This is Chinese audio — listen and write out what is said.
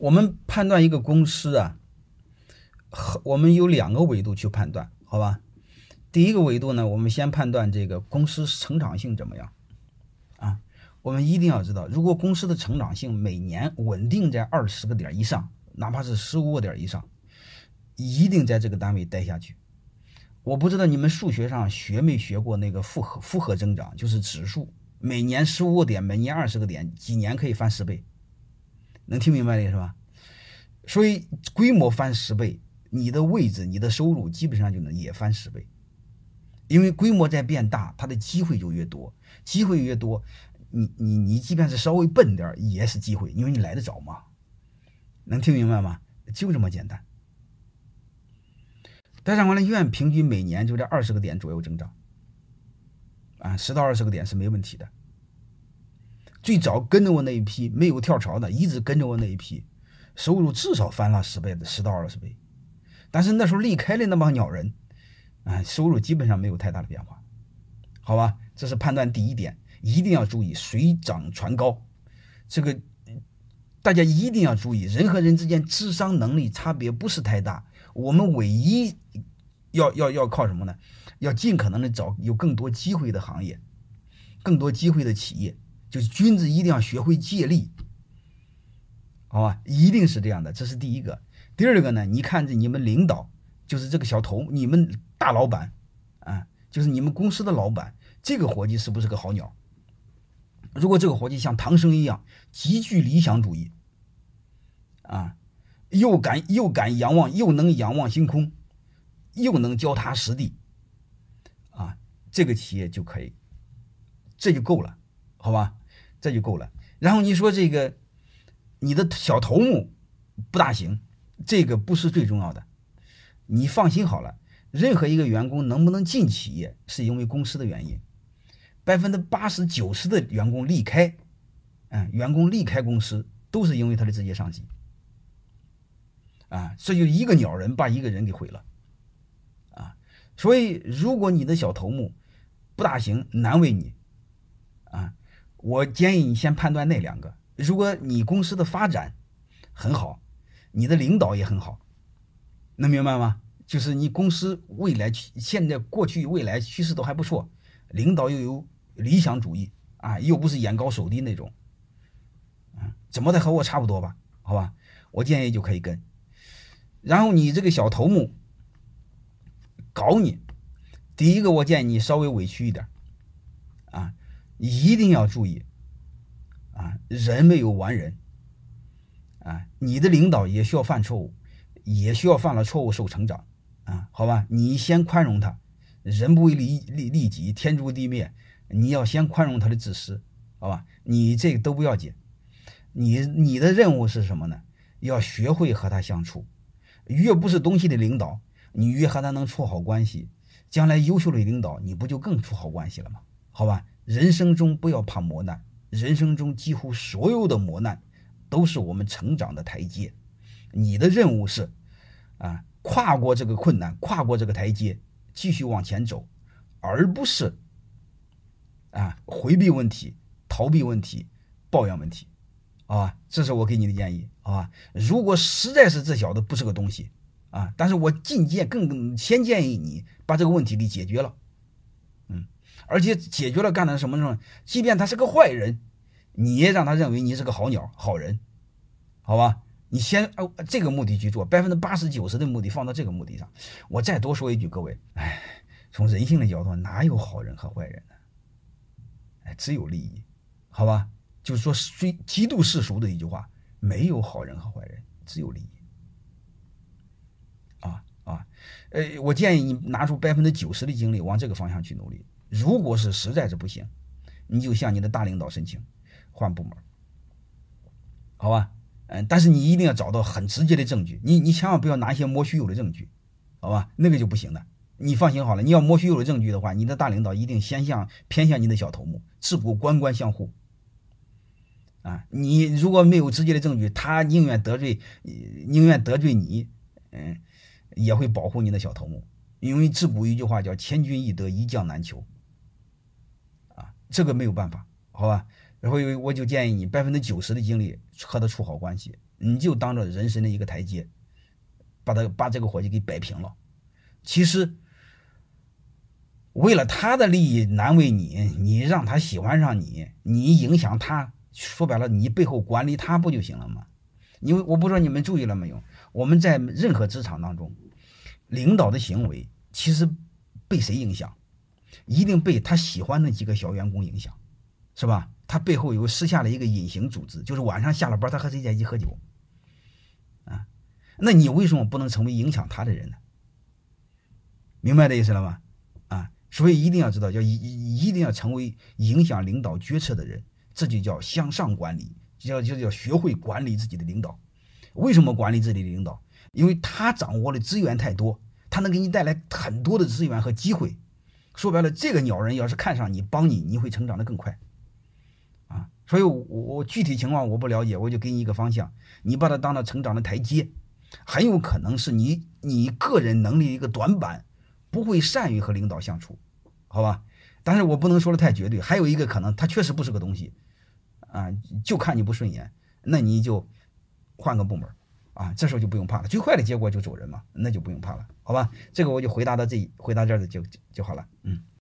我们判断一个公司啊，我们有两个维度去判断，好吧？第一个维度呢，我们先判断这个公司成长性怎么样啊？我们一定要知道，如果公司的成长性每年稳定在20个点以上，哪怕是15个点以上，一定在这个单位待下去。我不知道你们数学上学没学过那个复合增长，就是指数，每年15个点，每年20个点，几年可以翻10倍，能听明白这个是吧？所以规模翻10倍，你的位置、你的收入基本上就能也翻10倍，因为规模在变大，它的机会就越多，机会越多，你即便是稍微笨点也是机会，因为你来得早嘛，能听明白吗？就这么简单。待产管理院平均每年就在20个点左右增长，啊，10到20个点是没问题的。最早跟着我那一批没有跳槽的，一直跟着我那一批，收入至少翻了10倍的，10到20倍。但是那时候离开了那帮鸟人，啊，收入基本上没有太大的变化，好吧？这是判断第一点，一定要注意水涨船高。这个大家一定要注意，人和人之间智商能力差别不是太大，我们唯一要靠什么呢？要尽可能的找有更多机会的行业，更多机会的企业。就是君子一定要学会借力，好吧？一定是这样的，这是第一个。第二个呢，你看着你们领导，就是这个你们大老板啊，就是你们公司的老板，这个伙计是不是个好鸟？如果这个伙计像唐僧一样极具理想主义啊，又敢仰望，又能仰望星空，又能脚踏实地啊，这个企业就可以，这就够了，好吧？这就够了。然后你说这个你的小头目不大行，这个不是最重要的。你放心好了，任何一个员工能不能进企业，是因为公司的原因。80%、90%的员工离开，员工离开公司都是因为他的直接上级。啊，这就一个鸟人把一个人给毁了。啊，所以如果你的小头目不大行，难为你。啊，我建议你先判断那两个。如果你公司的发展很好，你的领导也很好，能明白吗？就是你公司未来、现在、过去、未来趋势都还不错，领导又有理想主义啊，又不是眼高手低那种，怎么的和我差不多吧？好吧，我建议就可以跟。然后你这个小头目搞你，第一个我建议你稍微委屈一点啊，一定要注意啊，人没有完人啊，你的领导也需要犯错误，也需要犯了错误受成长啊，好吧，你先宽容他，人不为利己，天诛地灭，你要先宽容他的自私，好吧，你这个都不要紧，你的任务是什么呢？要学会和他相处，越不是东西的领导，你越和他能处好关系，将来优秀的领导你不就更处好关系了吗？好吧，人生中不要怕磨难，人生中几乎所有的磨难都是我们成长的台阶，你的任务是啊，跨过这个困难，跨过这个台阶，继续往前走，而不是啊回避问题、逃避问题、抱怨问题，啊，这是我给你的建议啊。如果实在是这小子不是个东西啊，但是我先建议你把这个问题给解决了，而且解决了干的什么呢？即便他是个坏人，你也让他认为你是个好鸟、好人，好吧？你先这个目的去做，80%、90%的目的放到这个目的上。我再多说一句，各位，从人性的角度，哪有好人和坏人呢？只有利益，好吧？就是说极度世俗的一句话，没有好人和坏人，只有利益。我建议你拿出90%的精力往这个方向去努力。如果是实在是不行，你就向你的大领导申请换部门，好吧？但是你一定要找到很直接的证据，你千万不要拿一些莫须有的证据，好吧？那个就不行的。你放心好了，你要莫须有的证据的话，你的大领导一定偏向你的小头目，自古官官相护啊！你如果没有直接的证据，他宁愿得罪你，也会保护你的小头目，因为自古一句话叫千军易得，一将难求啊，这个没有办法，好吧？然后我就建议你90%的精力和他处好关系， 你就当着人生的一个台阶，把这个伙计给摆平了。其实为了他的利益难为你，你让他喜欢上你，你影响他，说白了你背后管理他不就行了吗？我不知道你们注意了没有，我们在任何职场当中，领导的行为其实被谁影响？一定被他喜欢的几个小员工影响，是吧？他背后有私下的一个隐形组织，就是晚上下了班他和谁在一起喝酒啊？那你为什么不能成为影响他的人呢？明白这意思了吗？啊，所以一定要知道，一定要成为影响领导决策的人，这就叫向上管理，就叫学会管理自己的领导。为什么管理自己的领导？因为他掌握的资源太多，他能给你带来很多的资源和机会。说白了，这个鸟人要是看上你，帮你，你会成长得更快啊！所以我具体情况我不了解，我就给你一个方向，你把它当成成长的台阶，很有可能是你个人能力的一个短板，不会善于和领导相处，好吧？但是我不能说的太绝对，还有一个可能，他确实不是个东西啊，就看你不顺眼，那你就换个部门啊，这时候就不用怕了，最坏的结果就走人嘛，那就不用怕了，好吧？这个我就回答这儿的就好了，